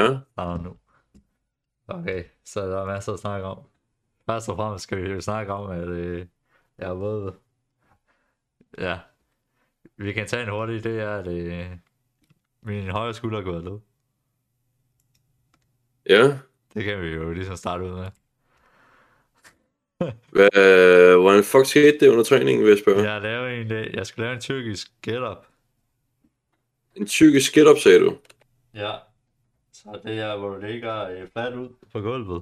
Ja. Nu. Okay, så der er masser at snakke om. Først og fremmest skal vi jo snakke om, at jeg har både... Ja, vi kan tage en hurtig, det er, at min højre skulder er gået ned. Ja. Det kan vi jo ligesom starte ud med. Hvordan fuck skete det under træningen, vil jeg spørge? Jeg skulle lave en tyrkisk get-up. En tyrkisk get-up, sagde du? Ja. Så det er, hvor du ligger fladt ud på gulvet.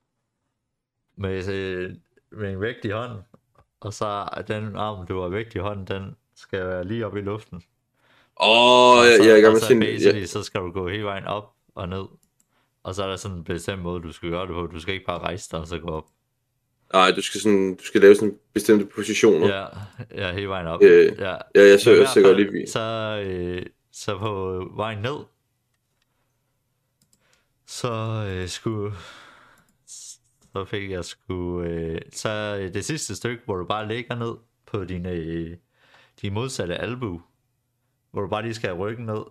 Med en vægt i hånden. Og så den arm, du har vægt i hånden, den skal være lige op i luften. Jeg er i gang med at så skal du gå hele vejen op og ned. Og så er der sådan en bestemt måde, du skal gøre det på. Du skal ikke bare rejse dig og så gå op. Nej, du skal lave sådan bestemte positioner. Ja, hele vejen op. Jeg så godt lige. Så på vejen ned, så fik jeg så det sidste stykke, hvor du bare ligger ned på de modsatte albue, hvor du bare lige skal have ryggen ned.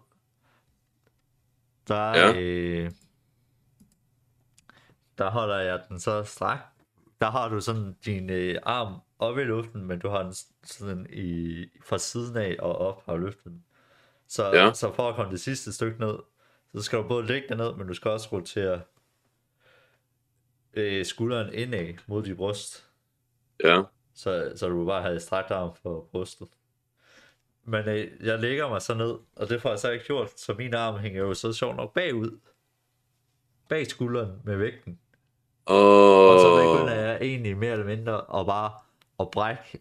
Der holder jeg den så strak. Der har du sådan din arm op i luften, men du har den sådan fra siden af og op har løftet den. Så for at komme det sidste stykke ned, så skal du både lægge dig ned, men du skal også rotere skulderen indad mod dit bryst. Ja. Så du bare have strakt arm for brystet. Men jeg lægger mig så ned, og det får jeg så ikke gjort, så min arm hænger jo så sjovt nok bagud. Bag skulderen med vægten. Og så begynder jeg egentlig mere eller mindre at brække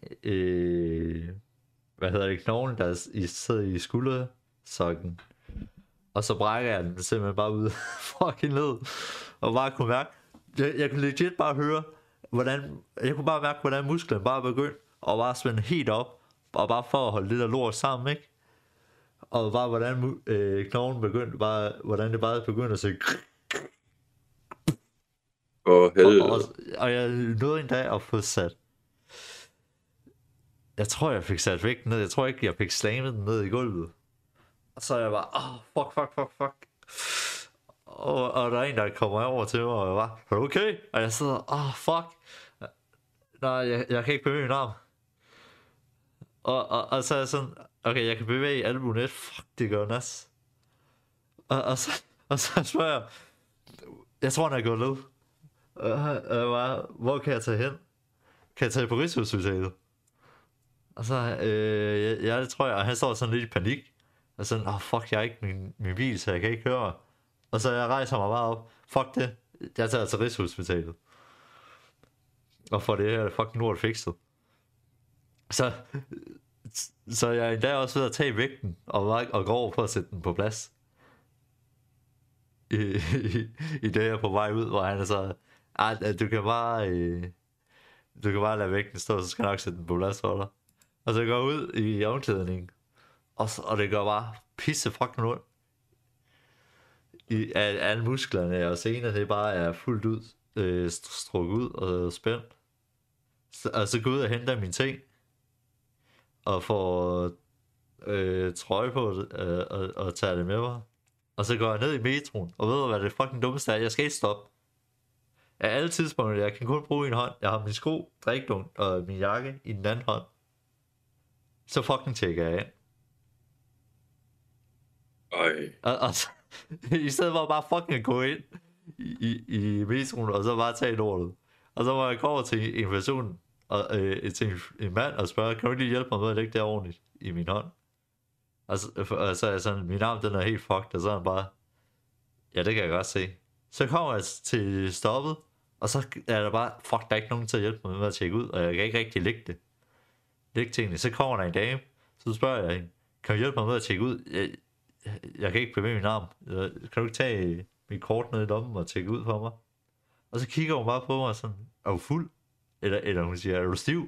knoglen, der sidder i skuldersokken. Og så brækker jeg den simpelthen bare ud fucking ned. Og bare kunne mærke, jeg kunne legit bare høre, hvordan musklerne bare begyndte at bare spænde helt op. Og bare for at holde det der lort sammen, ikke? Og bare hvordan knoglen begyndte, hvordan det bare begyndte at sige. Og jeg nåede en dag at få sat. Jeg tror jeg fik sat vægten ned. Jeg tror ikke jeg fik slammet den ned i gulvet. Og så er jeg bare fuck. Og der er en der kommer over til mig, og jeg bare, er du okay? Og jeg sidder, fuck. Nej, jeg kan ikke bevæge min arm. Og så er jeg sådan, okay, jeg kan bevæge albuen lidt. Fuck, det gør nas. Og så spørger jeg tror han er gået ned. Hvor kan jeg tage hen? Kan jeg tage på Rigshospitalet? Og så det tror jeg. Og han står sådan lidt i panik. Og sådan, fuck, jeg er ikke min bil, så jeg kan ikke høre. Og så jeg rejser mig bare op. Fuck det, jeg tager til Rigshospitalet og får det her fucking lort fikset. Så jeg er endda også ved at tage vægten og gå over på at sætte den på plads. I det her på vej ud, hvor han er så, du kan bare lade vægten stå, så skal jeg nok sætte den på plads for dig. Og så går jeg ud i omklædningen, og det gør bare pisse fucking ondt. Alle musklerne og senere, det bare er fuldt ud, strukket ud og spændt. Og så går jeg ud og henter mine ting, og får trøje på og tager det med mig. Og så går jeg ned i metroen, og ved du hvad det fucking dummeste er? Jeg skal ikke stoppe. Af alle tidspunkter, jeg kan kun bruge en hånd. Jeg har min sko, drikdunk og min jakke i den anden hånd. Så fucking tjekker jeg ind. Og så, i stedet for bare fucking gå ind i metroen, og så bare tage lortet. Og så må jeg gå over til en person, til en mand, og spørge, kan du ikke lige hjælpe mig med at lægge det ordentligt i min hånd? Og så er jeg sådan, min arm den er helt fucked, og så er han bare, ja, det kan jeg godt se. Så kommer jeg til stoppet, og så er der bare, fuck, der er ikke nogen til at hjælpe mig med at tjekke ud, og jeg kan ikke rigtig lægge tingene. Så kommer der en dame, så spørger jeg hende, kan du hjælpe mig med at tjekke ud? Jeg kan ikke bevæge min arm. Kan du ikke tage mit kort ned i lommen og tjekke ud for mig? Og så kigger hun bare på mig sådan, er du fuld? Eller hun siger, er du stiv?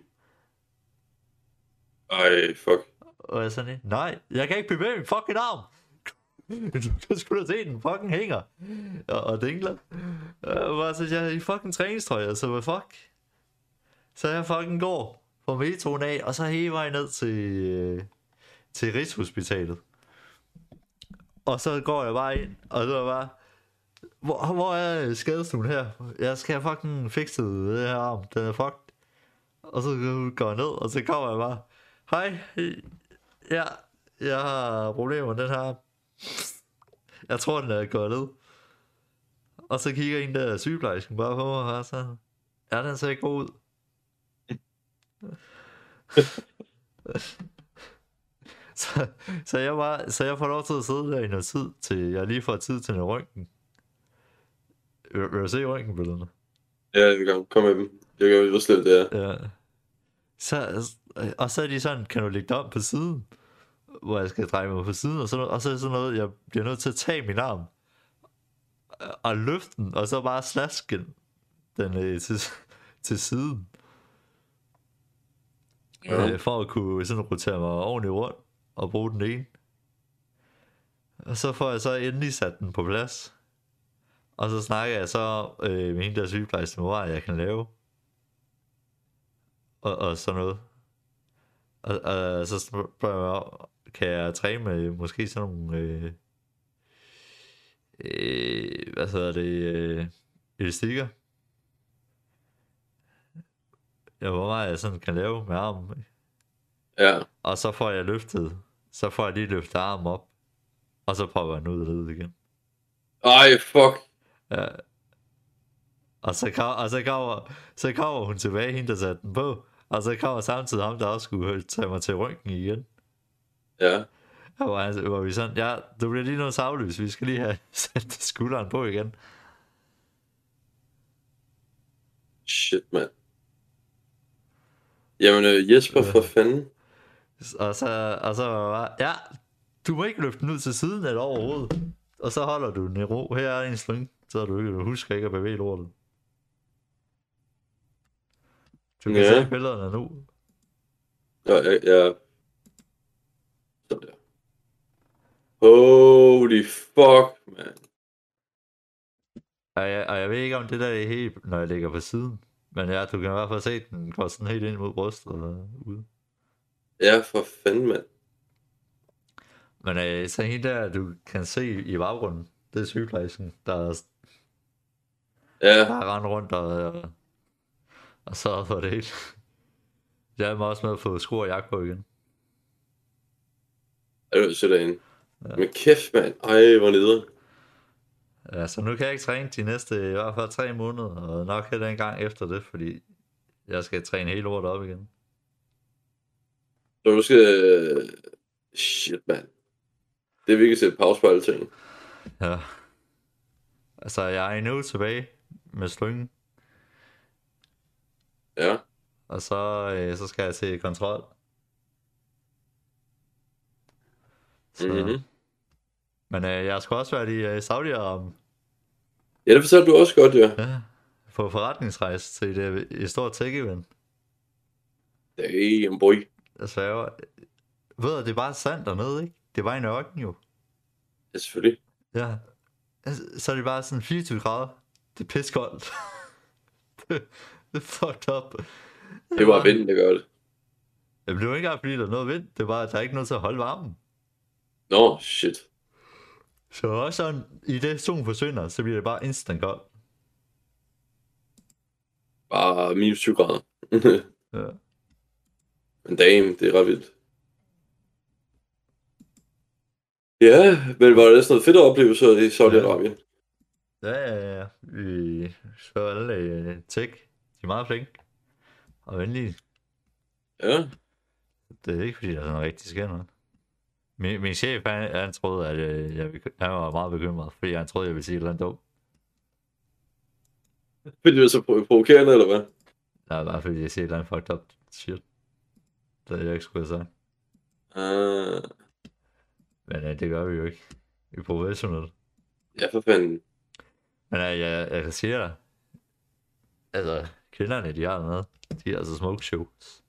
Fuck. Og jeg er sådan, nej, jeg kan ikke bevæge min fucking arm. Du kan sgu da se, den fucking hænger og dingler. Og så jeg er i fucking træningstrøje, så hvad fuck? Så jeg fucking går på metroen af, og så hele vejen ned til Rigshospitalet. Og så går jeg bare ind, og så er bare, hvor er skadestuen her? Jeg skal fucking fikse det her arm. Den er fucked. Og så går jeg ned, og så kommer jeg bare, hej, ja, jeg har problemer med den her. Jeg tror, den er gået ned. Og så kigger en der sygeplejersken bare på mig, og så, ja, den ser ikke god ud. så jeg får lov til at sidde der i noget tid, til jeg lige får tid til en røntgen. Vil du se røntgenbillederne? Ja, vi kan komme med dem. Jeg kan jo hvor slemt det er. Ja. Og så er de sådan, kan du lægge dig om på siden? Hvor jeg skal dreje mig på siden, og så er det sådan noget, jeg bliver nødt til at tage min arm og løfte den, og så bare slaske den til siden. For at kunne sådan rotere mig ordentligt rundt og bruge den ene. Og så får jeg så endelig sat den på plads. Og så snakker jeg så med hende der sygeplejerske, hvor jeg kan lave. Og sådan noget. Og så spørger jeg, kan jeg træne med måske sådan nogle hvad hedder det, elastikker? Ja, hvor meget jeg sådan kan lave med armen. Ja. Og så får jeg lige løftet armen op. Og så prøver jeg den ud og ned igen. Ej, fuck. Ja. Og så kommer hun tilbage, hende der satte den på. Og så kommer samtidig ham, der også skulle tage mig til røntgen igen. Ja. Hvor vi sådan, ja, du bliver lige noget savløs. Vi skal lige have sat skulderen på igen. Shit, mand. Jamen, Jesper, for fanden. Og så ja, du må ikke løfte den ud til siden eller overhovedet. Og så holder du den i ro. Her er en sling, så du husker ikke at bevæge lortet. Du kan se billederne nu. Ja. Sådan der. Holy fuck, man. Og jeg ved ikke om det der er helt, når jeg ligger på siden. Men ja, du kan i hvert fald se, at den går sådan helt ind mod brystet og ude. Ja, for fanden, mand. Men så hende der, du kan se i baggrunden, det er sygeplejersken, der er rendt rundt og så for det hele. Jeg er også med at få sko og jakke på igen. Er du sætter ind? Ja. Men kæft, mand. Ej, hvor nede. Ja, så nu kan jeg ikke træne de næste i hvert fald 3 måneder, og nok heller en gang efter det, fordi jeg skal træne hele lortet op igen. Så du skal... Shit, mand. Det er virkelig sætte pause på alle ting. Ja. Altså, jeg er endnu tilbage med slyngen. Ja. Og så skal jeg til kontrol. Så. Mm-hmm. Men jeg skal også være i Saudi-Arabien. Ja, det fortalte du også godt, ja. Ja. På forretningsrejse til et stort tech-event. Damn, boy. Altså, ved du, det er bare sandt dernede, ikke? Det er bare en ørken, jo. Ja, selvfølgelig. Ja. Så er det bare sådan 24 grader. Det er pissekoldt. det er fucked up. Det var vinden, der gør det. Jamen, det var ikke engang, fordi der er noget vind. Det var, at der er ikke noget til at holde varmen. Nå, shit. Så også sådan, i det solen forsvinder, så bliver det bare instant koldt. Bare minus 20 grader. Ja. Men damn, det er ret vildt. Ja, men var det sådan noget fedt oplevelse i Saudi-Arabien? Ja. Vi så alle tech. De er meget flinke. Og venlige. Ja. Det er ikke fordi, der er sådan rigtig sker noget. Min chef, han troede, at han var meget bekymret, fordi han troede, jeg ville sige et eller andet dumt. Fordi du var så provokerende, eller hvad? Nej, bare fordi jeg siger et eller andet fucked up shit. Det havde jeg ikke skulle have sagt. Men det gør vi jo ikke. Vi er professionelle. Ja, for fanden. Men jeg kan sige dig, altså kvinderne, de har noget. De er altså smoke shows.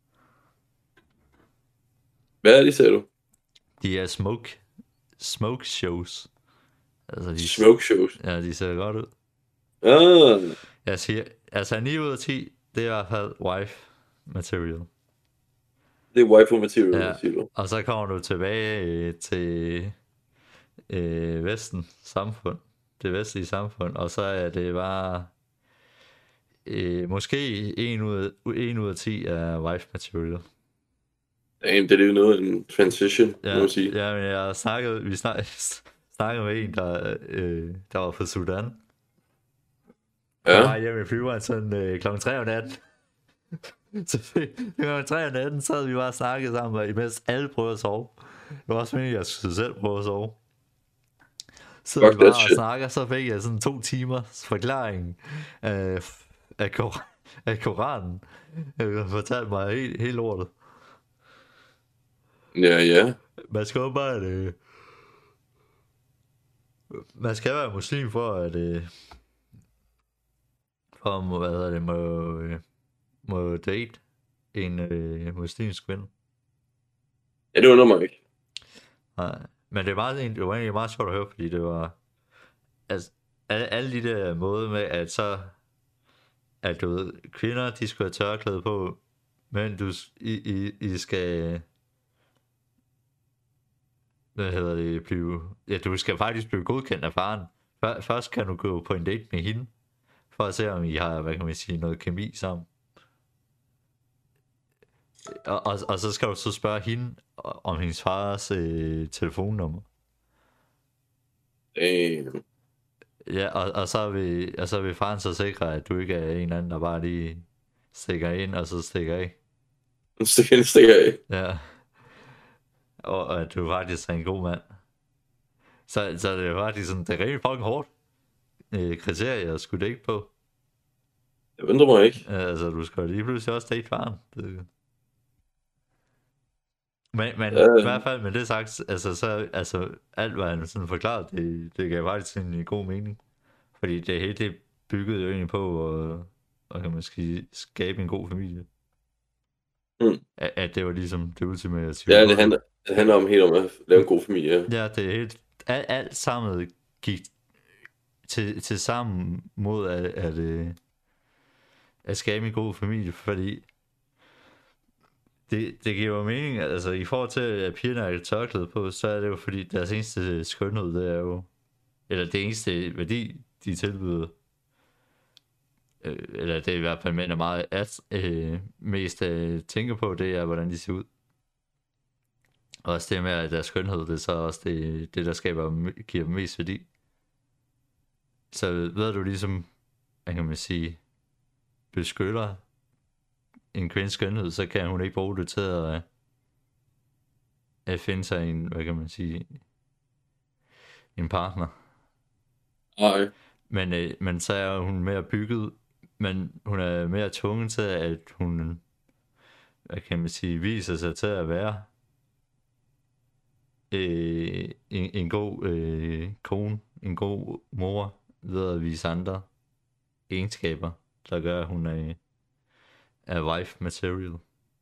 Hvad er det, sagde du? De er smoke shows. Altså smoke shows? Ja, de ser godt ud. Jeg siger, altså 9 ud af 10, det er i hvert fald wife material. Det er waifu material, ja. Siger du. Og så kommer du tilbage til Vesten samfund. det vestlige samfund, og så er det bare måske en ud af 10 er wife material. Damn, det er jo noget af en transition, Ja, må man sige. ja, men jeg snakkede med en, der var fra Sudan. På vej hjem i flyveren sådan klokken 3 om natten. Så klokken 3 om natten, så havde vi bare snakket sammen, imens alle prøvede at sove. Det var også meningen, at jeg skulle selv prøve at sove. Så vi bare og snakker, så fik jeg sådan 2 timers forklaring af Koranen. Jeg fortalte mig helt lortet. Ja. Man skal jo bare man skal være muslim for at må date en muslimsk kvinde. Ja, det undrer mig ikke. Nej, men det var egentlig meget sjovt at høre, fordi det var altså, alle de der måder med, at du ved, kvinder, de skulle have tørklæde på, men I skal du skal faktisk blive godkendt af faren. Først kan du gå på en date med hende, for at se, om I har, hvad kan man sige, noget kemi sammen. Og så skal du så spørge hende om hendes fars telefonnummer. Damn. Ja, og så vil faren så sikre, at du ikke er en eller anden, der bare lige stikker ind, og så stikker af. Stikker af. Ja. Og at du faktisk er en god mand. Så det er faktisk sådan, det er rigtig fucking hårdt kriterier at skulle dække på. Det undrer mig ikke. Altså, du skal lige pludselig også date faren. Men i hvert fald med det sagt, altså alt hvad han sådan forklaret, det gav faktisk en god mening. Fordi det hele det byggede jo egentlig på at kan man sige, skabe en god familie. At det var ligesom det ultimative. Ja, det handler om helt om at lave en god familie. Ja, det er helt alt sammen gik til sammen mod at skabe en god familie, fordi det giver jo mening, altså i forhold til at pigerne har et tørklæde på, så er det jo fordi deres eneste skønhed, det er jo, eller det eneste værdi, de tilbyder, eller det er i hvert fald mænd er meget mest tænker på, det er hvordan de ser ud. Og også det med at deres skønhed, det er så også det der giver dem mest værdi. Så ved du ligesom, hvad kan man sige, beskytter en kvindes skønhed, så kan hun ikke bruge det til at finde sig en, hvad kan man sige, en partner. Nej. Men så er hun mere bygget, men hun er mere tvunget til, at hun, hvad kan man sige, viser sig til at være en god kone, en god mor, ved at vise andre egenskaber, der gør, at hun er wife material.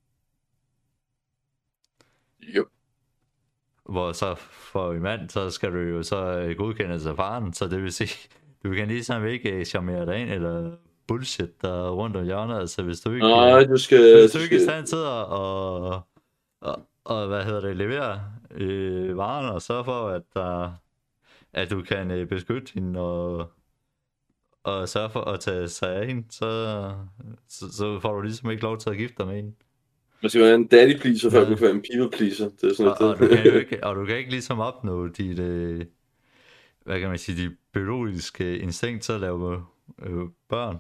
Jo. Hvor så for en mand, så skal du jo så godkendes af faren, så det vil sige, du kan ligesom ikke charmere dig ind, eller bullshit der rundt om hjørnet, altså hvis du ikke, hvis du ikke er i stand til og levere varen, og sørge for, at du kan beskytte hende, og sørge for at tage sig af hende, så får du ligesom ikke lov til at gifte dig med hende. Man skal være en daddy pleaser, før du kan være en people pleaser. Det er sådan og du kan ikke ligesom opnå dit, hvad kan man sige, de biologiske instinkt til at lave børn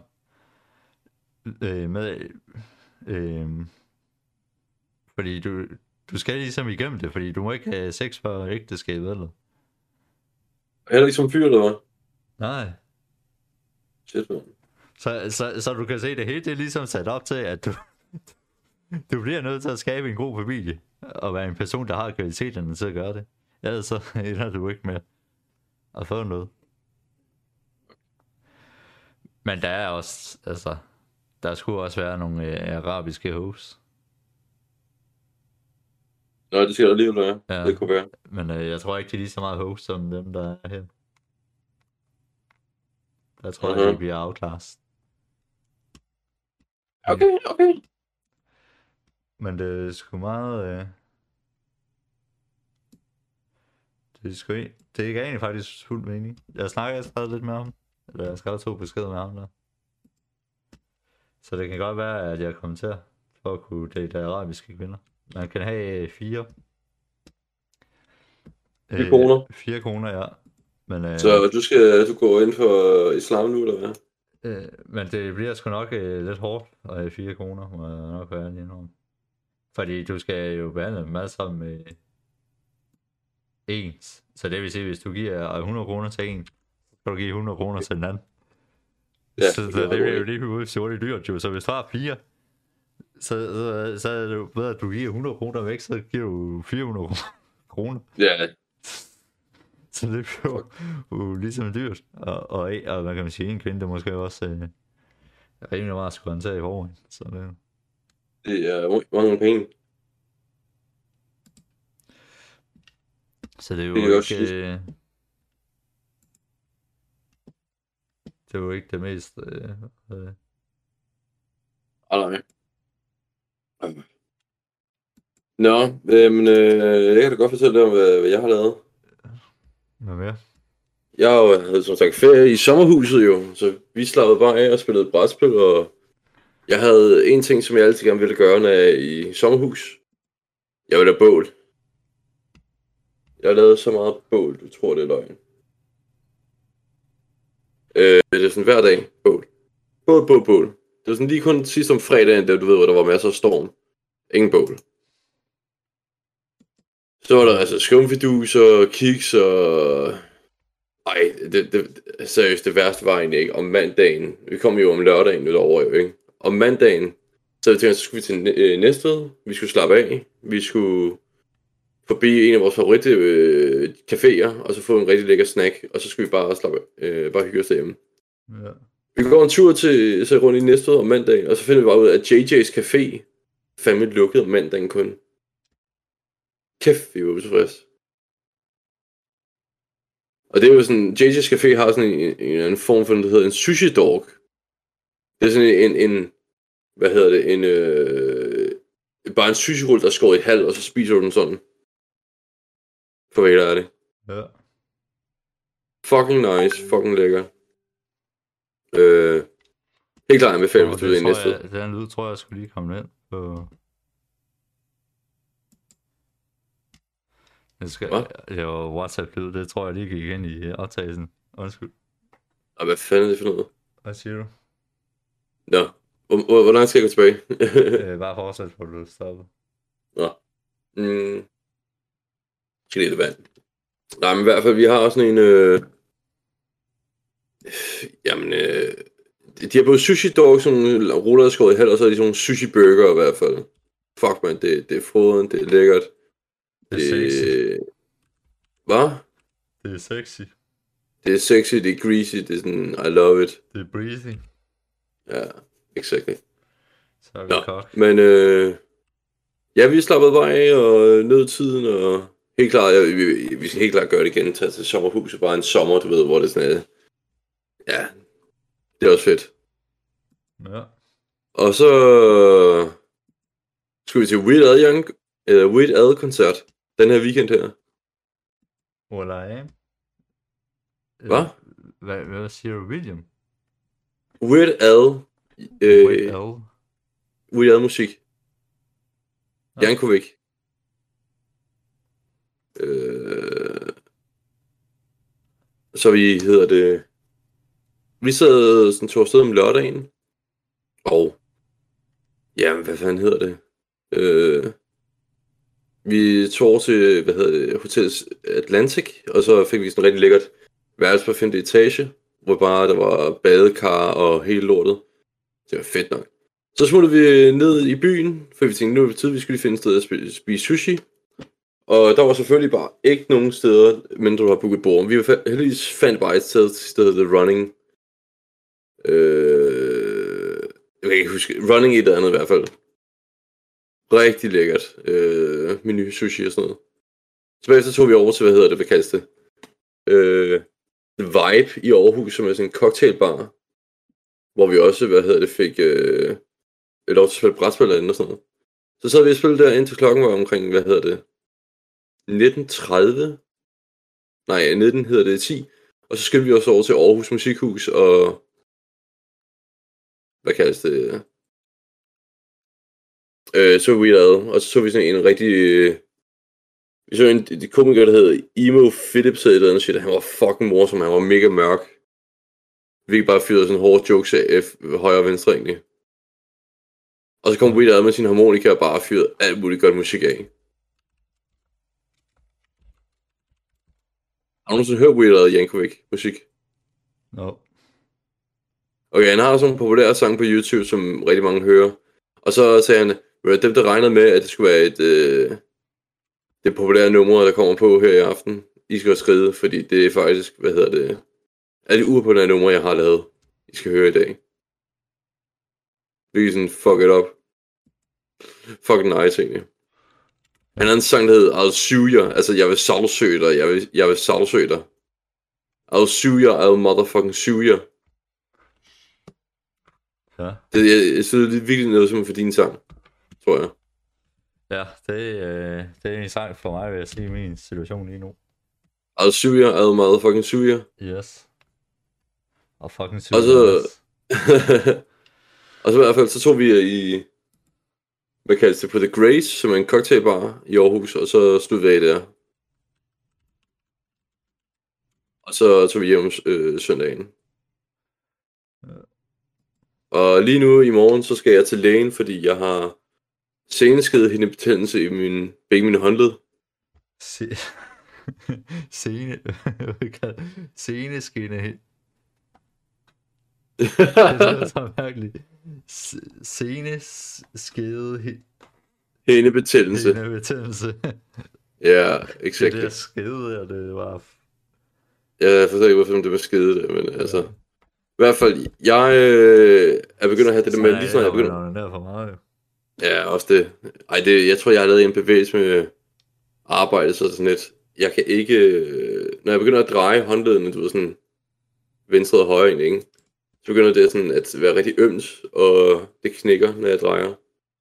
fordi du skal ligesom igennem det, fordi du må ikke have sex før ægteskabet, eller? Heller ikke som fyr, eller hvad? Nej. Shit, man. Så du kan se, det hele det er ligesom sat op til, at du bliver nødt til at skabe en god familie, og være en person, der har kvaliteterne til at gøre det. Ellers så ender du ikke med at få noget. Men der er også, altså, der skulle også være nogle arabiske hosts. Nå, det skal der alligevel være. Ja. Det kunne være. Men jeg tror ikke, de er lige så meget hosts som dem, der er her. Jeg tror, de bliver outclassed. Okay. Men det er sgu meget... Det gav egentlig faktisk fuld mening. Jeg skrev lidt med ham. Eller jeg skrev 2 beskeder med ham der. Så det kan godt være, at jeg kommer til for at kunne date arabiske kvinder. Man kan have 4. 4 koner. 4 koner, ja. Men, så du går ind for islam nu, eller hvad? Men det bliver sgu nok lidt hårdt at have 4 koner, må jeg nok være ærlig indrømme. Fordi du skal jo behandle dem alle sammen med ens. Så det vil sige, hvis du giver 100 kroner til en, så skal du give 100 kroner til den anden. Ja, så det bliver jo lige hurtigt dyrt, jo. Så hvis du har 4, så er det jo bedre, at du giver 100 kroner væk, så giver du 400 kroner. Ja. Så det bliver jo ligesom dyrt. Og hvad kan man sige, en kvinde, der måske også rimelig meget skulle antage i forvejen. Så det er mange penge. Så det er jo det er ikke... også det er jo ikke det mest... nej. Nå, men jeg kan da godt fortælle dig om, hvad jeg har lavet. Hvad mere? Jeg havde som sagt ferie i sommerhuset jo, så vi slappede bare af og spillede brætspil, og jeg havde en ting, som jeg altid gerne ville gøre, når jeg er i sommerhus. Jeg ville have bål. Jeg har lavet så meget bål, du tror det er løgn. Det er sådan hver dag, bål. Bål. Det var sådan lige kun sidst om fredagen, der du ved, hvor der var masser af storm. Ingen bål. Så var der altså skumfidus og kiks og... Ej, seriøst, det værste var egentlig ikke. Om mandagen, vi kom jo om lørdagen lidt over, jo, ikke? Om mandagen, så tænkte jeg, så skulle vi til Næstved. Vi skulle slappe af. Vi skulle forbi en af vores favorit caféer, og så få en rigtig lækker snack, og så skulle vi bare slappe bare hygge os derhjemme. Ja. Vi går en tur så rundt i Næstved om mandagen, og så finder vi bare ud af, at JJ's Café fandme lukkede om mandagen kun. Kæft, vi var utilfredse. Og det er jo sådan, JJ's Café har sådan en form for, der hedder en sushi dog. Det er sådan en hvad hedder det, bare en sushi-rulle, der er skåret i halv, og så spiser du den sådan. For hvad er det? Ja. Fucking nice, fucking lækker. Helt klart anbefaler, hvis du er i næste. Den lyd tror jeg skulle lige komme ind på... Det var WhatsApp-lyd, det tror jeg lige gik ind i optagelsen. Undskyld. Og hvad fanden er det for noget? Hvad siger du? Nå, hvor langt skal jeg gå tilbage? Bare fortsæt, hvor du stopper. Nå. Skal lige det vand. Nej, men i hvert fald, vi har også sådan en... de har både sushi dog, sådan ruller og skåret i halv, og så er de sådan nogle sushi burger i hvert fald. Fuck man, det er froden, det er lækkert. Det er sexy. Hvad? Det er sexy. Det er sexy, det er greasy, det er sådan, I love it. Det er breezy. Ja, exactly. Så er vi kok. Men ja, vi slappede bare af og nød tiden, og helt klart, vi skal helt klart gøre det igen, tage til sommerhuset, bare en sommer, du ved, hvor det sådan er. Ja, det er også fedt. Ja. Og så skulle vi til Weird Al koncert den her weekend her. Hvor er jeg? Hvad? Hvad siger du, William? Weird Al. Weird Al musik. Ja. Jankovic. Så vi sad sådan to afsted om lørdagen. Og jamen, hvad fanden hedder det? Vi tog over til, Hotel Atlantic, og så fik vi sådan en rigtig lækkert værelse på 5. etage, hvor bare der var badekar og hele lortet. Det var fedt nok. Så smuttede vi ned i byen, for vi tænkte, nu er det tid, vi skulle lige finde et sted at spise sushi. Og der var selvfølgelig bare ikke nogen steder, mindre du har booket bord. Vi heldigvis fandt bare et sted The Running. Jeg kan ikke huske, Running i et andet i hvert fald. Rigtig lækkert. Menu, sushi og sådan noget. Så bagefter tog vi over til, hvad kaldes det? The Vibe i Aarhus, som er sådan en cocktailbar. Hvor vi også, fik lov til at spille brætspil og sådan noget. Så sad vi og spillede der indtil klokken var omkring, 19:30. Nej, 19 hedder det 10. Og så skyndte vi os over til Aarhus Musikhus, og hvad kaldes det? Så vi ad, og så så vi sådan en rigtig... vi så en komiker, der hedder Emo Phillips, eller andet shit. Han var fucking morsom, han var mega mørk. Vi ikke bare fyrede sådan hårde jokes af højre og venstre egentlig. Og så kom Weird Al med sin harmonika og bare fyrede alt muligt godt musik af. Har du nogensinde hørt Weird Al Yankovic musik? No. Okay, han har sådan nogle populære sange på YouTube, som rigtig mange hører. Og så sagde han, dem der regnede med, at det skulle være det populære nummer, der kommer på her i aften, I skal skride, fordi det er faktisk, er det upopulære numre, jeg har lavet, I skal høre i dag. Virkelig sådan, fuck it up. Fucking nice, egentlig. Han havde en sang, der hed I'll sue you, altså jeg vil sagsøge dig, jeg vil sagsøge dig. I'll sue you, I'll motherfucking sue you. Ja. Jeg synes, det er virkelig noget, som er for din sang, tror jeg. Ja, det er en sang for mig, vil jeg sige, i min situation lige nu. I'll sue you, I'll motherfucking sue you. Yes. Og fucking sue og så, og så i hvert fald, så tog vi i, hvad kaldes det, på The Grace, som er en cocktailbar i Aarhus, og så stod vi af der. Og så tog vi hjem søndagen. Ja. Og lige nu i morgen, så skal jeg til lægen, fordi jeg har seneskede-hindebetændelse i begge mine håndled. Seneskede. Det er så mærkeligt. Seneskede. Hindebetændelse. Ja, exakt. Det der skede der, det var... Jeg forstår ikke, hvorfor det var skede der, men altså... I hvert fald, jeg er begyndt at have det der med, lige sådan jeg begynder... for meget. Ja, også det. Jeg tror, jeg har lavet en bevægelse med arbejde, så sådan lidt. Jeg kan ikke... når jeg begynder at dreje håndledene, du ved sådan... Venstre og højre egentlig, ikke? Så begynder det sådan at være rigtig ømt, og det knækker, når jeg drejer.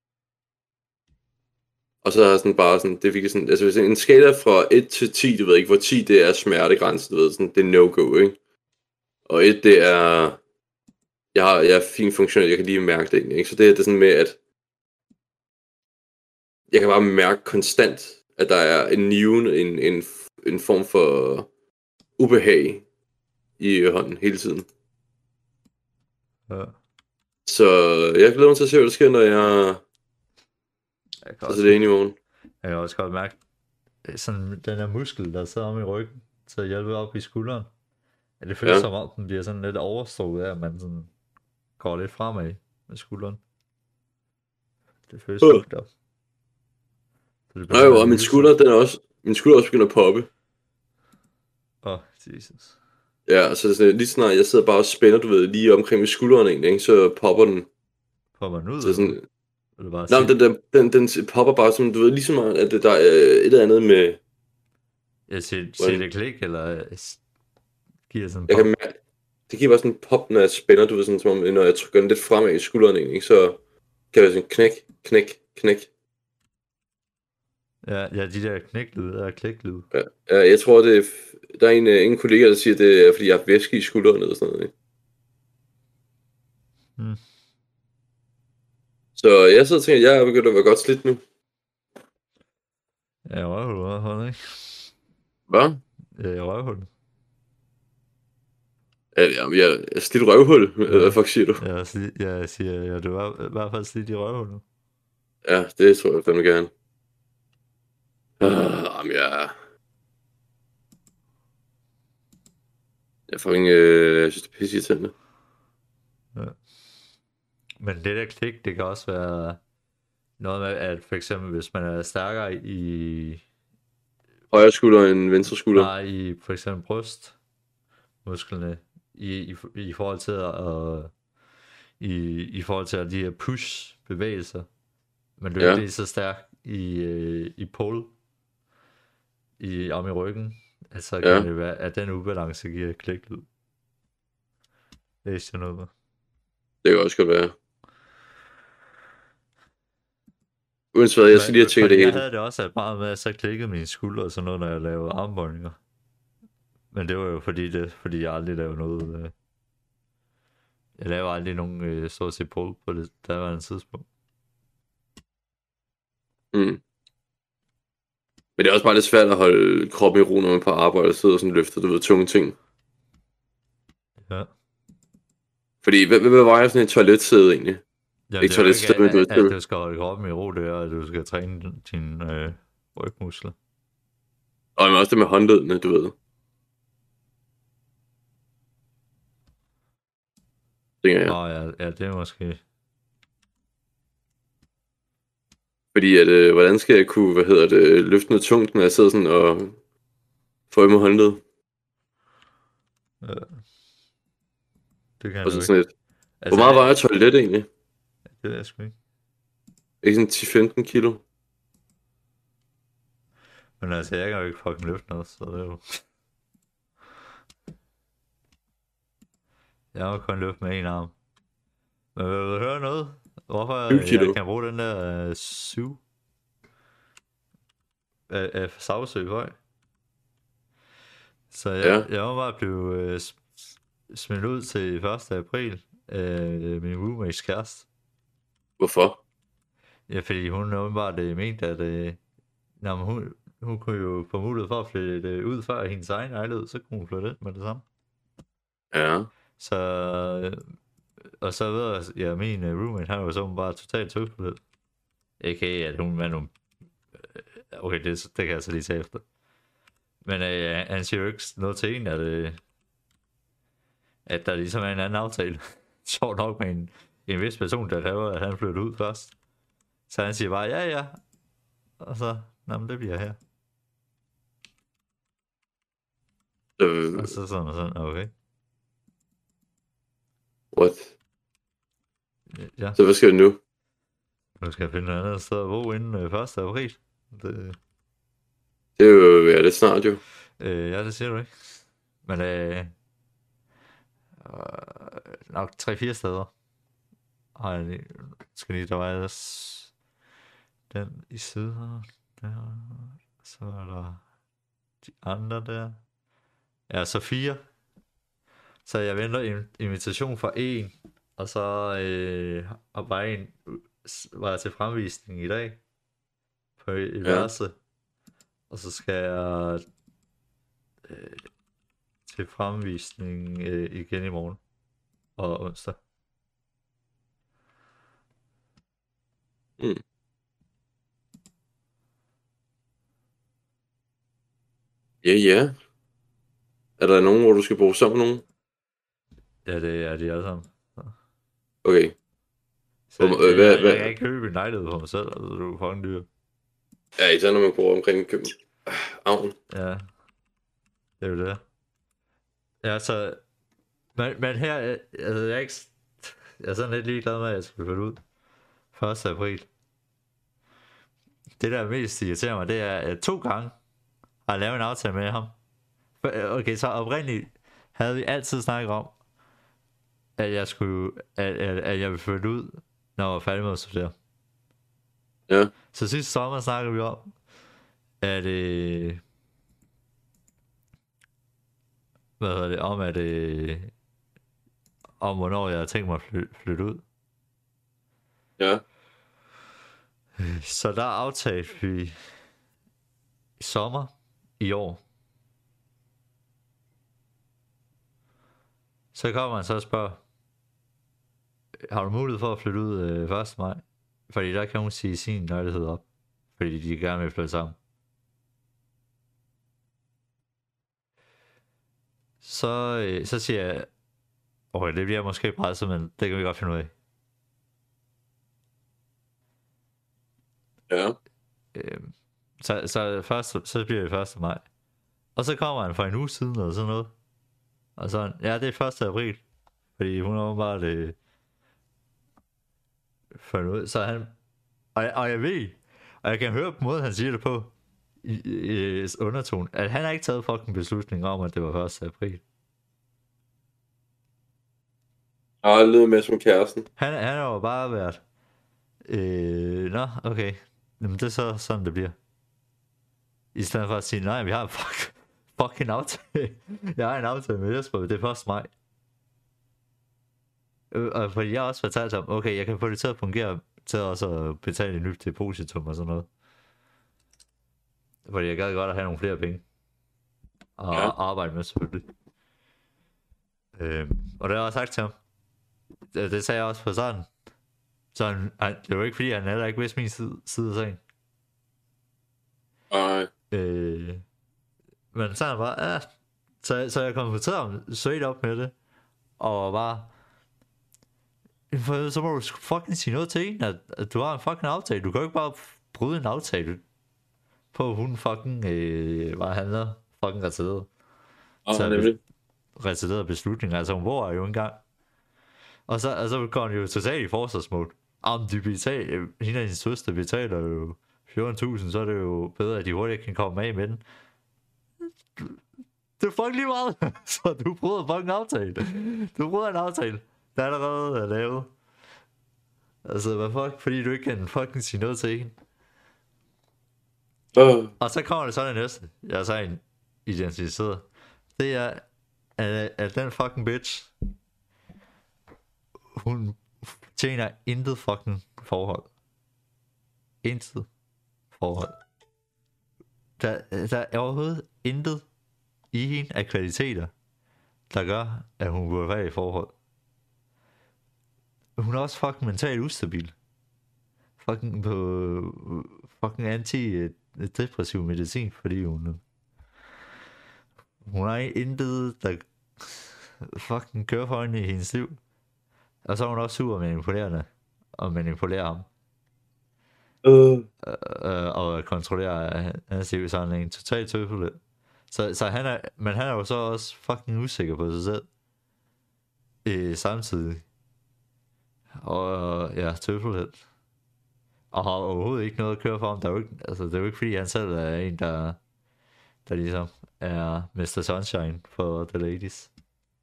Og så er sådan bare sådan, det er virkelig sådan, altså hvis en skala fra 1 til 10, du ved ikke, hvor 10 det er smertegrænsen, du ved, sådan, det er no-go, ikke? Og 1 det er, jeg er fint funktionel, jeg kan lige mærke det egentlig, ikke? Så det er sådan med, at jeg kan bare mærke konstant, at der er en niven, en form for ubehag i hånden hele tiden. Ja. Så jeg glæder mig til at se, hvad der sker, når jeg så det er inde i morgen. Jeg kan også godt mærke, sådan den her muskel, der sidder om i ryggen, til at hjælpe op i skulderen. Ja, det føles som om, den bliver sådan lidt overstået af, at man sådan går lidt fremad med skulderen. Det føles fucked up. Nej, og min skulder, min skulder også begynder at poppe. Jesus. Ja, så det er sådan, lige snart jeg sidder bare og spænder, du ved, lige omkring med skulderen egentlig, ikke? Så popper den. Popper den ud? Så sådan, nej, den popper bare som, du ved, ligesom at der er et eller andet med... Jeg siger det klik, eller giver sådan en pop? Jeg kan mærke, det giver bare sådan en pop, når jeg spænder, du ved, sådan som om, når jeg trykker den lidt fremad i skulderen, ikke? Så kan jeg sådan knæk. Ja, de der knæklyd, der er klæklyd. Ja, jeg tror, der er en kollega, der siger, det er, fordi jeg har væske i skulderen eller sådan noget, ikke? Så jeg sidder og tænker, at jeg er begyndt at være godt slidt nu. Ja, røvhul, ikke? Hvad? Ja, røvhul. Jeg er slidt røvhul, hvad fuck siger du? Jeg siger, du er i hvert fald slidt i røvhul nu. Ja, det tror jeg fandme gerne. Jamen, jeg synes, det er pisse irriterende. Ja. Men det der klik, det kan også være noget med, at for eksempel, hvis man er stærkere i... højre skulder end venstre skulder? Nej, i for eksempel brystmusklerne, i forhold til at... I forhold til at de her push-bevægelser. Men du er ikke så stærk i pull, om i ryggen. Altså kan det være, at den ubalance giver kliklyd. Det er ikke noget med. Det kan også godt være. Uanset hvad, jeg skal lige have tjekket det hele. Jeg havde det også meget med, at så klikkede mine skuldre og sådan noget, når jeg lavede armbøjninger. Men det var jo fordi jeg aldrig lavede noget. Jeg laver aldrig nogen stort set brug på det, der var en tidspunkt. Mm. Men det er også bare lidt svært at holde kroppen i ro, når man er på arbejde og sidder og sådan løfter, du ved, tunge ting. Ja. Fordi, hvad vejer sådan en toiletsæde egentlig? Ja, Ikke det er jo toiletsæde, men ikke, at du skal holde kroppen i ro, det er, at du skal træne dine rygmuskler. Og men også det med håndledene, du ved. Tænker jeg. Ja, det er måske... Fordi at, hvordan skal jeg kunne, løfte noget tungt, når jeg sidder sådan og får med håndled? Ja. Det kan Og du sådan ikke. et. Hvor meget vejer toilet egentlig? Det ved jeg sgu ikke. Ikke sådan 10-15 kilo? Men altså, jeg kan jo ikke fucking løfte noget, så det er jo... Jeg må kun løfte med en arm. Men vil du høre noget? Hvorfor 20 kilo. jeg kan bruge den der 7 af Savsø høj? Så jeg må bare blive smidt ud til 1. april af min roommates kæreste. Hvorfor? Ja, fordi hun åbenbart mente, at hun kunne jo få mulighed for at flytte ud før hendes egen lejlighed, så kunne hun flytte ind med det samme. Ja. Så, og så ved jeg, min roommate, han var så bare totalt tøvslet. Ikke at hun er nogle... Okay, det kan jeg så lige tage efter. Men han siger jo ikke noget til en, at der ligesom er en anden aftale. Sjovt nok med en vis person, der kræver, at han flytter ud først. Så han siger bare, ja. Og så, men det bliver her. Og så sådan, okay. What? Ja. Så hvad skal vi nu? Nu skal jeg finde et andet sted at bo inden 1. april. Det er jo det snart jo. Ja, det siger du ikke. Men nok 3-4 steder. Har jeg lige, skal lige, der var den i siden her. Der, så er der de andre der. Ja, så 4. Så jeg venter en invitation fra en, og så og bare en var jeg til fremvisning i dag på et værelse, og så skal jeg til fremvisning igen i morgen og onsdag. Mm. Ja. Er der nogen, hvor du skal bo sammen med nogen? Ja, det er de alle sammen. Okay. Så jeg kan ikke købe en lejlighed for mig selv, altså du er fucking dyr. Ja, især når man bor omkring København. Ja, det er jo det. Ja, så... Men her, altså jeg er sådan lidt ligeglad med, at jeg skal flytte ud 1. april. Det der mest irriterer mig, det er, at 2 gange har jeg lavet en aftale med ham. Okay, så oprindeligt havde vi altid snakket om, at jeg skulle, at jeg ville flytte ud, når jeg var færdig med at studere. Ja. Så sidste sommer snakkede vi om, at om hvornår jeg havde tænkt mig at flytte ud. Ja. Så der aftalte vi i sommer i år. Så kommer man så og spørger, har du mulighed for at flytte ud 1. maj? Fordi der kan hun sige sin lejlighed op, fordi de gerne vil flytte sammen. Så siger jeg, okay, det bliver måske presset, men det kan vi godt finde ud af. Ja. Så først, så bliver det 1. maj. Og så kommer han for en uge siden, eller sådan noget. Og så, ja, det er 1. april. Fordi hun har bare fundet ud. Så han, og jeg ved, og jeg kan høre på måden, han siger det på, i undertone, at han har ikke taget fucking beslutning om, at det var 1. april. Jeg har aldrig med som kæresten. Han har jo bare været, nå, okay. Jamen, det er så sådan, det bliver. I stedet for at sige, nej, vi har fucking aftale. Jeg har en aftale med Jesper, det er 1. maj. Og fordi jeg også fortalte ham, okay, jeg kan få det til at fungere, til også at betale et nyt depositum og sådan noget. Fordi jeg gad godt at have nogle flere penge. Og arbejde med selvfølgelig. Og det har jeg også sagt til ham. Det sagde jeg også på starten. Så det var ikke fordi, han heller ikke vidste min side af sagen. Nej. Men så han bare, så jeg konfronterede ham straight up med det. Og bare, så må du fucking sige noget til en, at du har en fucking aftale. Du kan jo ikke bare bryde en aftale på, hun fucking var handler fucking retarderet. Så nemlig. Retarderet beslutninger. Altså hun var jo engang. Og så går han jo totalt i forsvarsmål. Om de betaler, hende og din søster betaler jo 14.000, så er det jo bedre, at de hurtigt kan komme af med den. Det er fucking lige meget. Så du bryder fucking aftale. Du bryder en aftale, der allerede er lavet. Altså, hvad fuck? Fordi du ikke kan fucking sige noget til hende. Og så kommer det så det næste. Jeg er så identificeret. Det er, at den fucking bitch, hun tjener intet fucking forhold. Intet forhold. Der er overhovedet intet i hende af kvaliteter, der gør, at hun burde være i forhold. Hun er også fucking mentalt ustabil. Fucking på fucking antidepressiv medicin, fordi hun har intet, der fucking kører for hende i hendes liv. Og så er hun også super manipulerende og manipulerer ham. Og kontrollerer hans liv, så han er en total tøffel. Så han er jo så også fucking usikker på sig selv. Samtidig. Og ja, tøffelhed. Og har overhovedet ikke noget at køre for ham. Det er jo ikke fordi han selv er en, der ligesom er Mr. Sunshine for the ladies.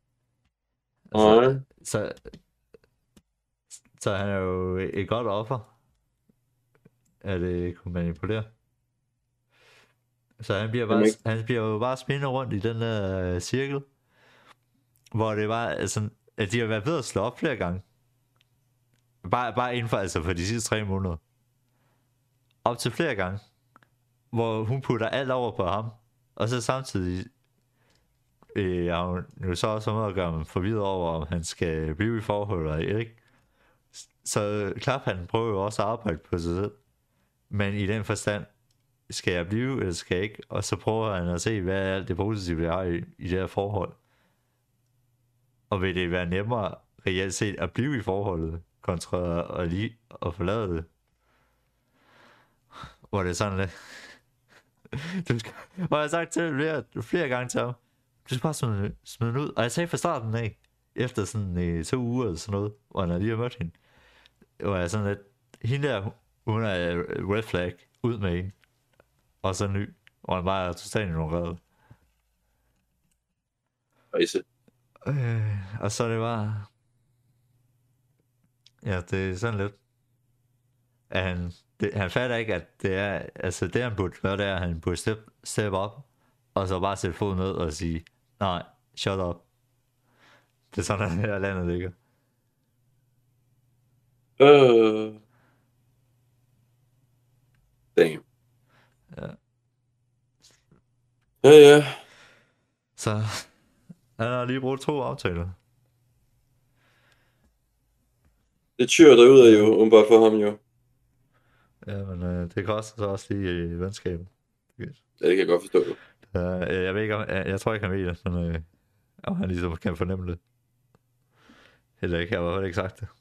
Så han er jo et godt offer at det kunne manipulere. Så han bliver jo bare spændet rundt i den der cirkel, hvor det var altså, at de har været ved at slå op flere gange. Bare inden for, altså for de sidste 3 måneder. Op til flere gange, hvor hun putter alt over på ham, og så samtidig har hun jo så også noget at gøre ham forvirret over, om han skal blive i forhold eller ikke. Så klart han prøver jo også at arbejde på sig selv. Men i den forstand, skal jeg blive, eller skal jeg ikke? Og så prøver han at se, hvad er alt det positive, jeg har i det her forhold. Og vil det være nemmere reelt set at blive i forholdet, kontra at forlade det? Hvor det er sådan lidt... Og jeg har sagt til flere gange til ham, du skal bare smide den ud. Og jeg sagde fra starten af, efter sådan 2 uger eller sådan noget, hvor han lige har mødt hende, hvor jeg sådan lidt, hende der, hun er red flag, ud med hende. Og så ny, hvor han bare er totalt ignoreret. Og så er det bare... Ja, det er sådan lidt... At han fatter ikke, at det er... Altså det han burde gøre, det er, at han burde step op, og så bare sætte foden ned og sige, nej, shut up. Det er sådan, at her landet ligger. Damn. Ja. Ja. Så han har lige brugt 2 aftaler. Det tyrer derud af jo, bare for ham jo. Ja, men det koster så også lige i venskabet. Ja, det kan jeg godt forstå. Jeg ved ikke om, jeg tror ikke han ved det, men om han ligesom kan fornemme det. Eller ikke, jeg har i hvert fald ikke sagt det.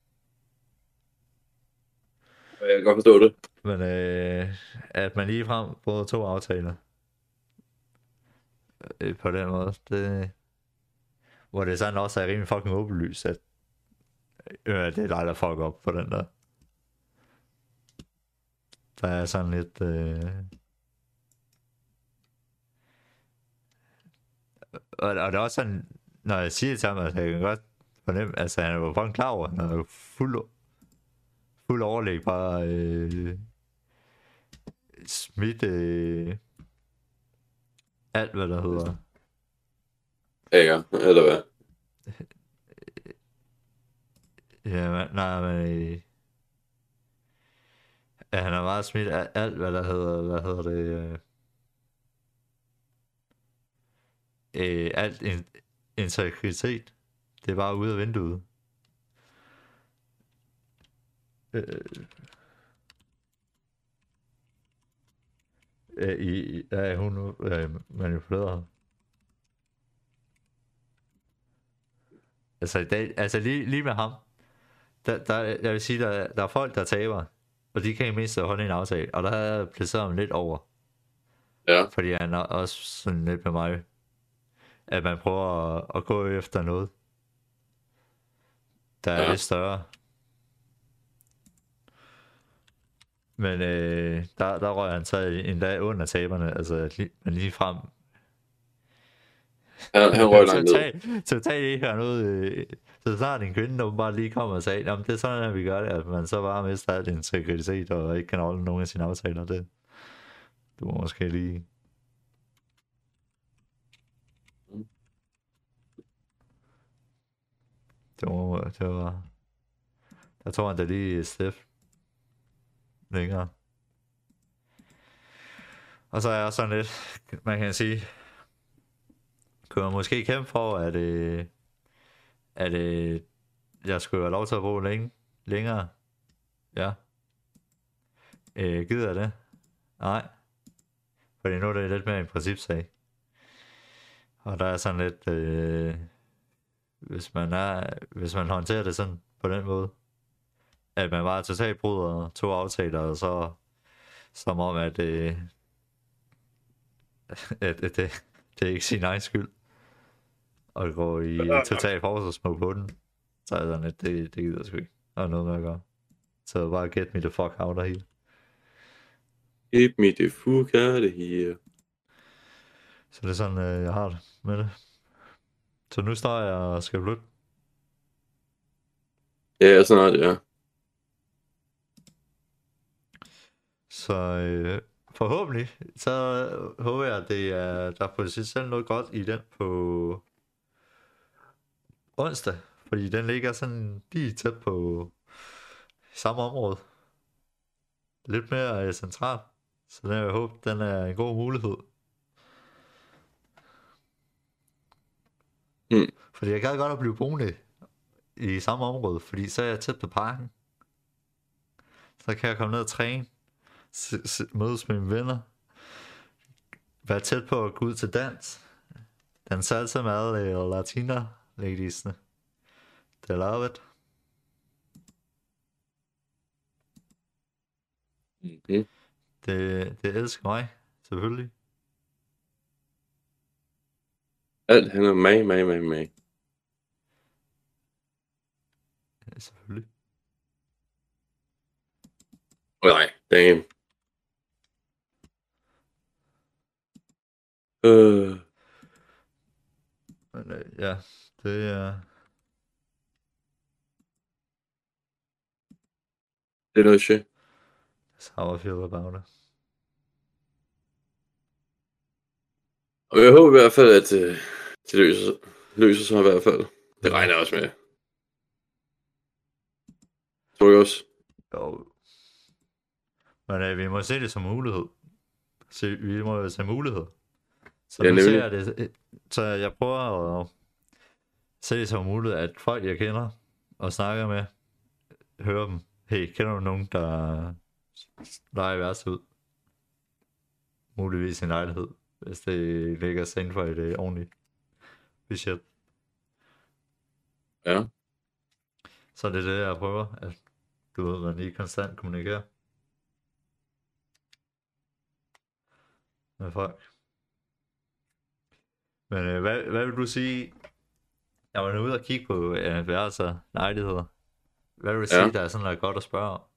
Jeg kan godt forstå det. Men at man lige frem både 2 aftaler på den måde, det, hvor det sådan også er rimelig fucking åbenlyst, at det er dig, der fucker op på den der. Der er sådan lidt... Og det er også sådan, når jeg siger det til ham, at jeg kan godt fornemme, altså han er jo fucking klar over, han er jo fuld overlæg, bare smidt alt hvad der hedder. Ja, eller hvad? Ja, nej, men... Ja, han har meget smidt af alt, hvad der hedder... Hvad hedder det? Alt integritet. Det er bare ude af vinduet. Hun manipuleret. Altså, lige med ham. Jeg vil sige, der er folk, der taber. Og de kan i mindst holde en aftale. Og der har jeg placeret ham lidt over. Ja. Fordi han er også sådan lidt med mig. At man prøver at gå efter noget, der er lidt større. Men der røg han så en dag under taberne. Altså lige frem. Han røg langt ned. Totalt ikke har noget... Så snart en kvinde, der bare lige kommer og sagde, jamen det er sådan, at vi gør det, at man så bare mister alt integritet, og ikke kan holde nogen af sine aftaler. Det du må måske lige... Det var... Jeg tror, han da lige stift længere. Og så er jeg sådan lidt, man kan sige, kunne jeg måske kæmpe for, at jeg skulle have lov til at bo længere. Ja. Gider jeg det? Nej. Fordi nu er det lidt mere en principsag. Og der er sådan lidt, hvis man håndterer det sådan på den måde, at man bare totalt bryder 2 aftaler, og så som om, at det er ikke sin egen skyld, og går i total forsvarsmål på den, så er det sådan, at det gider jeg sgu ikke. Og noget med at gøre. Så bare get me the fuck out af hele. Get me the fuck out of here. Så det er sådan, jeg har det med det. Så nu står jeg og skal flytte. Ja, snart, ja. Så forhåbentlig, så håber jeg, at der er potentielt noget godt i den på onsdag. Fordi den ligger sådan lige tæt på samme område. Lidt mere centralt. Så jeg håber, den er en god mulighed. Fordi jeg gad godt at blive boende i samme område, fordi så er jeg tæt på parken. Så kan jeg komme ned og træne, mødes med mine venner, være tæt på at gå ud til dans, den salsa med alle latina ladiesne. Det love it. Mm-hmm. Det elsker mig, selvfølgelig. Alt handler om mig. Ja, selvfølgelig. Nej, damn. Men ja, det er... Det er noget shit. That's how I feel about it. Og jeg håber i hvert fald, at det løser sig i hvert fald. Det regner jeg også med. Tror jeg også. Jo. Men vi må se det som mulighed. Vi må jo se mulighed. Så ja, nu ser jeg det. Så jeg prøver at se det som mulighed, at folk jeg kender og snakker med, hører dem. Hey, kender du nogen, der leger værst ud? Muligvis en lejlighed, hvis det ligger sig inden for et ordentligt budget. Ja. Så det er det, jeg prøver, at du ved, man lige konstant kommunikerer med folk. Men hvad vil du sige? Jeg var ude og kigge på værelser, lejligheder. Hvad vil du sige, der er sådan noget godt at spørge om?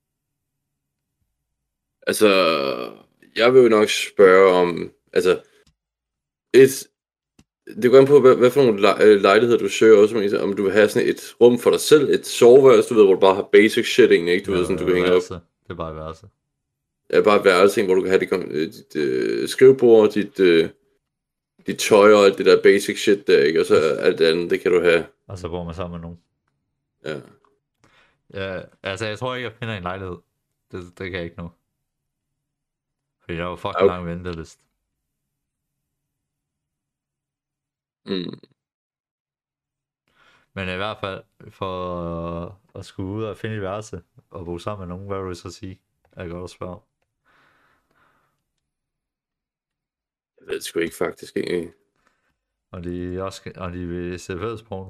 Altså, jeg vil jo nok spørge om, altså, det går an på, hvad for nogle lejligheder du søger også, om du vil have sådan et rum for dig selv, et soveværelse, du ved, hvor du bare har basic shit egentlig, ikke? Du ved, sådan, du kan hænge op. Det er bare et værelse. Ja, bare et værelse, hvor du kan have dit skrivebord, dit dit tøj og alt det der basic shit der, ikke? Og så alt det andet, det kan du have. Og så bor man sammen med nogen. Ja. Ja, altså jeg tror ikke, jeg finder en lejlighed. Det kan jeg ikke nu. Fordi der var fucking lang ventelist. Mm. Men i hvert fald, for at skulle ud og finde et værelse, og bo sammen med nogen, hvad vil du så sige? Jeg kan godt spørge. Jeg ved sgu ikke faktisk egentlig. Og de vil se fællesporno.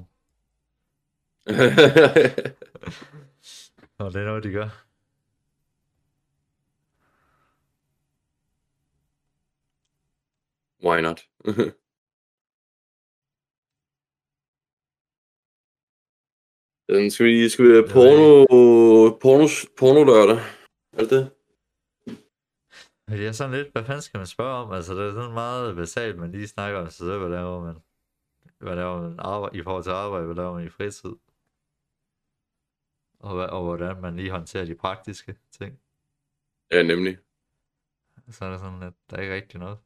Og det er noget, de gør. Why not? Den skal vi porno lørdag. Er det det? Det er sådan lidt, hvad fanden skal man spørge om? Altså, det er sådan meget basalt, man lige snakker om sig selv, hvad laver man? Hvad laver man arbejde, i forhold til arbejde, hvad laver man i fritid? Og hvordan man lige håndterer de praktiske ting. Ja, nemlig. Så er det sådan, at der er ikke rigtig noget.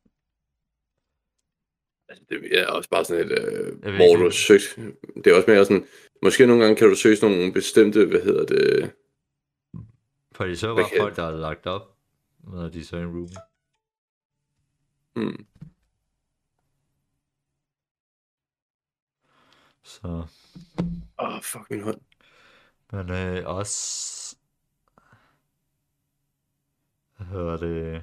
Altså, det er også bare sådan et, hvor du har søgt. Det er også mere sådan, måske nogle gange kan du søge sådan nogle bestemte, Fordi så var folk, der havde lagt op, når de så en room. Hmm. Så. Fuck min hånd. Men også. Hvad hedder det?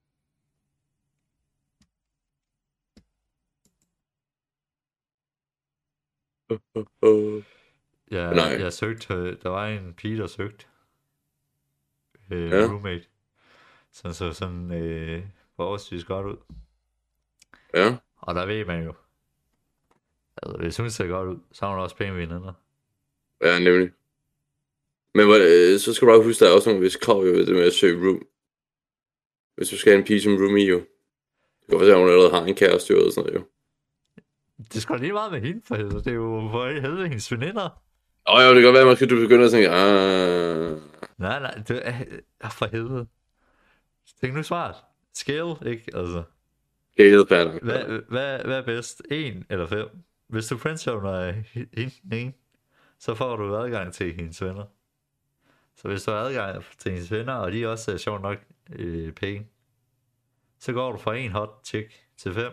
Jeg søgte, der var en pige, der søgte roommate, så sådan forholdsvis godt ud. Ja. Og der ved man jo, altså det synes ser godt ud, så har man også pæne veninder. Ja, nemlig. Men så skal du bare huske, der er også nogle visse krav jo ved det med at søge room. Hvis du skal have en pige som roomie jo. Det kan være, at hun allerede har en kæreste eller sådan noget jo. Det skal lige meget med hende, for helvede. Det er jo for helvede hendes veninder. Jo, det kan godt være, måske du begynder at tænke, Nej, det er for helvede. Tænk nu smart. Scale, ikke? Altså. Scale, fair. Hvad er bedst? 1 eller 5? Hvis du friendzoner hende, så får du adgang til hendes venner. Så hvis du har adgang til hendes venner, og de også er sjovt nok penge, så går du fra 1 hot chick til 5.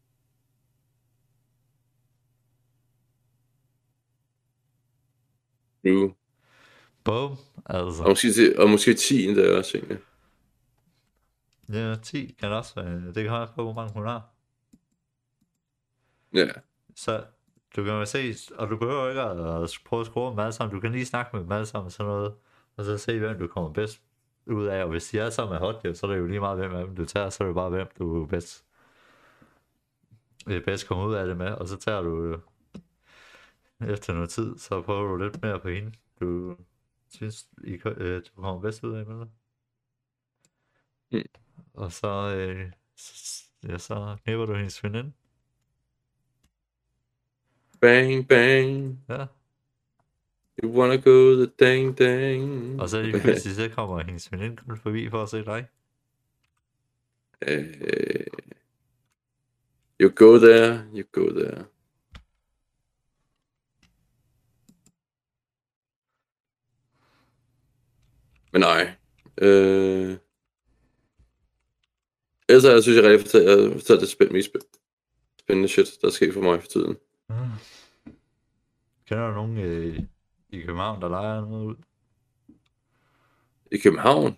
Boom, altså. Og måske 10 endda også, egentlig. Ja, 10 kan også være. Det kan også være, hvor mange hun har. Ja. Så du kan jo se, og du behøver ikke at prøve at score dem alle sammen. Du kan lige snakke med dem alle sammen sådan noget, og så se, hvem du kommer bedst ud af. Og hvis de alle sammen er hot, så er det jo lige meget, hvem af dem du tager. Så er det bare, hvem du bedst kommer ud af det med. Og så tager du efter noget tid, så prøver du lidt mere på hende. Du synes, du kommer bedst ud af med det. Og så knipper du hendes veninde. Bang, bang. Ja. You wanna go the dang, dang. Og så lige pludselig, så kommer hendes veninde kun forbi for at se dig. You go there, you go there. Men nej. Ellers synes jeg rigtig, at jeg fortæller det mest spændende shit, der sker for mig for tiden. Kender du nogen i København, der leger noget ud? I København?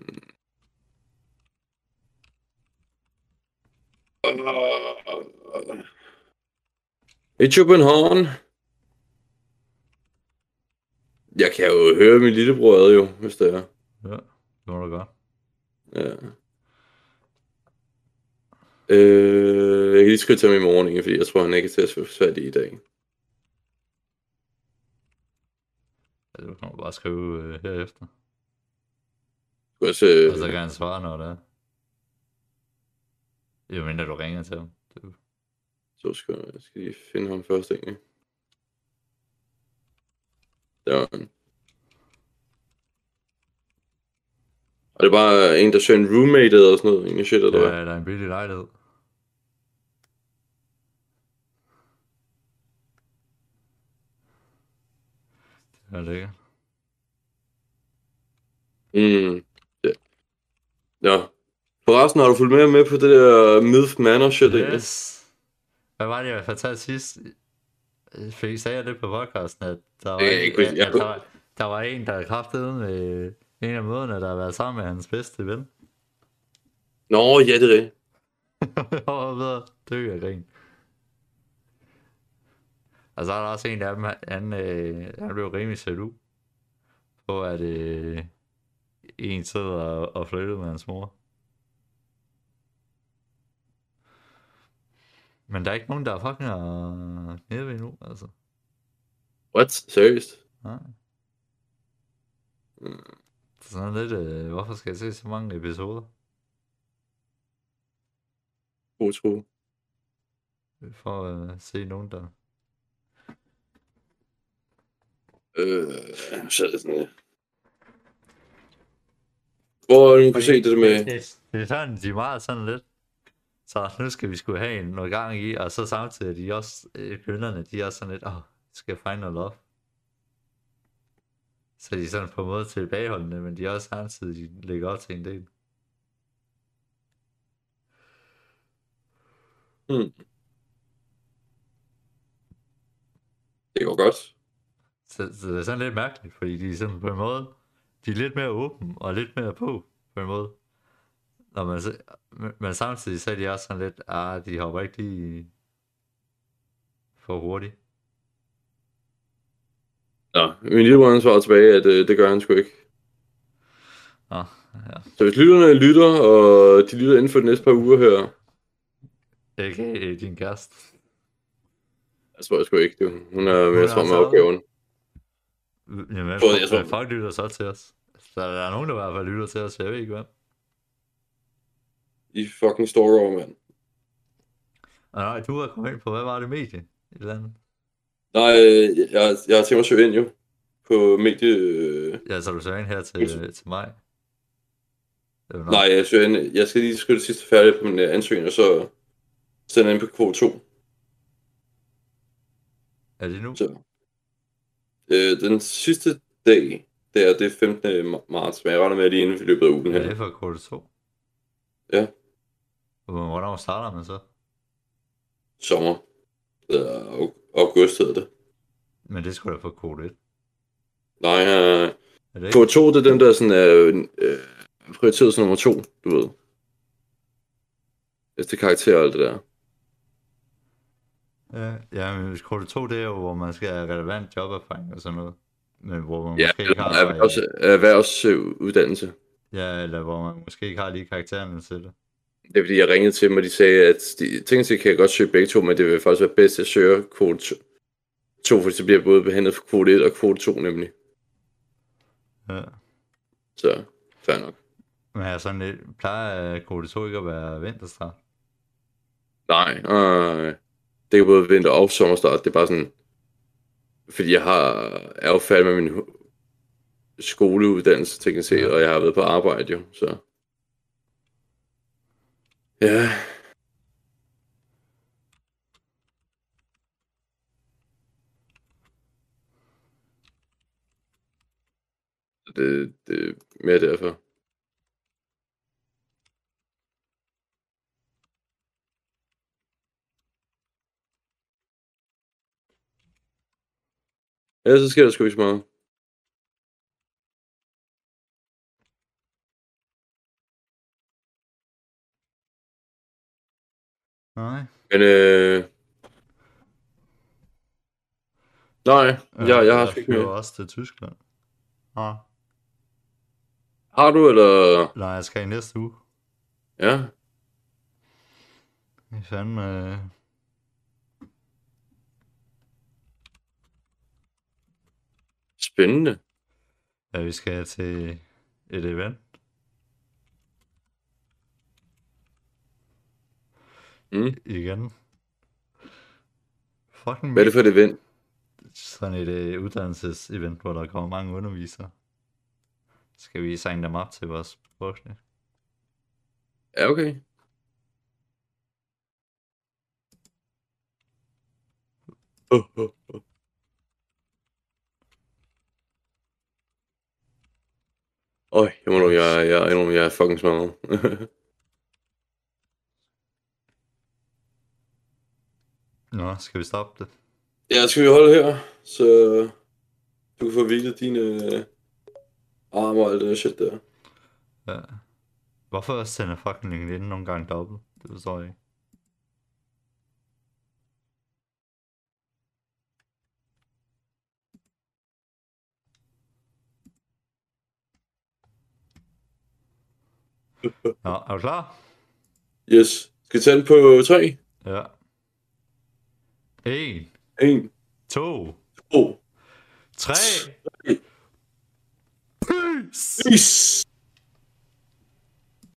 I København? Jeg kan jo høre min lillebror jo, hvis det er. Ja, det må du godt. Ja. Jeg kan lige skrive til ham i morgen, fordi jeg tror, han ikke er til at få svært i dag. Ja, du kan bare skrive herefter. Og så kan han svare, når det er. Jo mindre du ringer til ham. Så skal jeg lige finde ham først, egentlig. Der var han. Og det er bare en, der søger en roommate eller sådan noget, egentlig shit, eller hvad? Ja, der er en billig lejlighed. Det er lækkert. Ja. Ja. Forresten, har du fulgt med på det der Myth Manor shit egentlig? Yes. Hvad var det, jeg fortalte sidst? Sagde jeg det på podcasten, at der var, Det kan jeg ikke huske. der var en, der kræftede med en af møderne, der har været sammen med hans bedste ven. Nå, ja, det er rigtigt. Jeg var ved at dø af grin. Og så er der også en af dem, han blev rimelig sat ud på, at en sidder og flyttede med hans mor. Men der er ikke nogen, der fucking er nede ved nu, altså. What? Seriøst? Nej. Det er sådan lidt, hvorfor skal jeg se så mange episoder? God tro. For at se nogen, der... Så er det sådan, hvor du kan se det med... Det er sådan, de er meget sådan lidt. Så nu skal vi skulle have noget gang i, og så samtidig er de også, kvinderne, de er også sådan lidt, skal find noget love. Så de er sådan på en måde tilbageholdende, men de er også samtidig, de lægger op til en del. Det går godt. Så det er sådan lidt mærkeligt, fordi de er sådan på en måde, de er lidt mere åbne og lidt mere på en måde. Når man, men samtidig så er de også sådan lidt, de hopper ikke lige for hurtigt. Nå, min lillebror han svarer tilbage, at det gør han sgu ikke. Ja. Så hvis lytterne lytter, og de lytter inden for de næste par uger her... Ikke din kæreste. Jeg tror jeg sgu ikke, du. Hun er mere travlt med opgaven. Jamen, folk lytter så til os. Så der er nogen, der i hvert fald lytter til os, jeg ved ikke hvad. I fucking store over, mand. Og nej, du har kommet ind på, hvad var det medie? Et eller andet? Nej, jeg har tænkt mig at søge ind jo. På medie... Ja, så du søger ind her til mig? Nej, jeg søger ind. Jeg skal lige skrive det sidste færdigt på min ansøgning, og så sende ind på kvote 2. Er det nu? Så. Den sidste dag, det er 15. marts, men jeg regner med, at lige inden for løbet af ugen her. Ja, det er for kvote 2? Ja. Hvornår starter man så? Sommer. August hedder det. Men det skulle da for kvote 1. Nej, kvote 2, det er den der sådan prioriteret som nummer 2, du ved. Efter karakter og alt det der. Ja, men hvis kvote 2, det er jo, hvor man skal have relevant joberfaring og sådan noget. Men hvor man ja, måske ikke har... erhvervsuddannelse. Ja, eller hvor man måske ikke har lige karakteren til det. Det er fordi, jeg ringede til dem, og de sagde, at tænkte sig, kan jeg godt søge begge to, men det vil faktisk være bedst at søge kvote 2, fordi så bliver både behandlet for kvote 1 og kvote 2 nemlig. Ja. Så, fair nok. Men er sådan lidt, plejer kvote 2 ikke at være vinterstart? Nej, det kan både vinter- og sommerstart. Det er bare sådan, fordi jeg er jo færdig med min skoleuddannelse, teknisk set, og jeg har været på arbejde jo, så... Ja. Det er mere derfor. Ja, så sker der sgu ikke så meget. Nej. Men nej, jeg har sgu ikke mere. også til Tyskland. Ja. Har du, eller? Nej, jeg skal i næste uge. Ja. Det er fandme... Spændende. Ja, vi skal til et event. Igen. Fucking hvad er det for et event? Sådan et uddannelsesevent, hvor der kommer mange undervisere. Skal vi signe dem op til vores projekt? Ja, okay. Jeg er fucking smadret. Nå, skal vi stoppe det? Ja, skal vi holde her, så du kan få hvilet dine arme og alt det der shit der. Ja. Hvorfor sender fucking LinkedIn nogle gange dobbelt? Det forstår jeg ikke. Nå, er du klar? Yes. Skal vi tage den på 3? Ja. 1, 1, 2, 2, 3. Peace! Peace!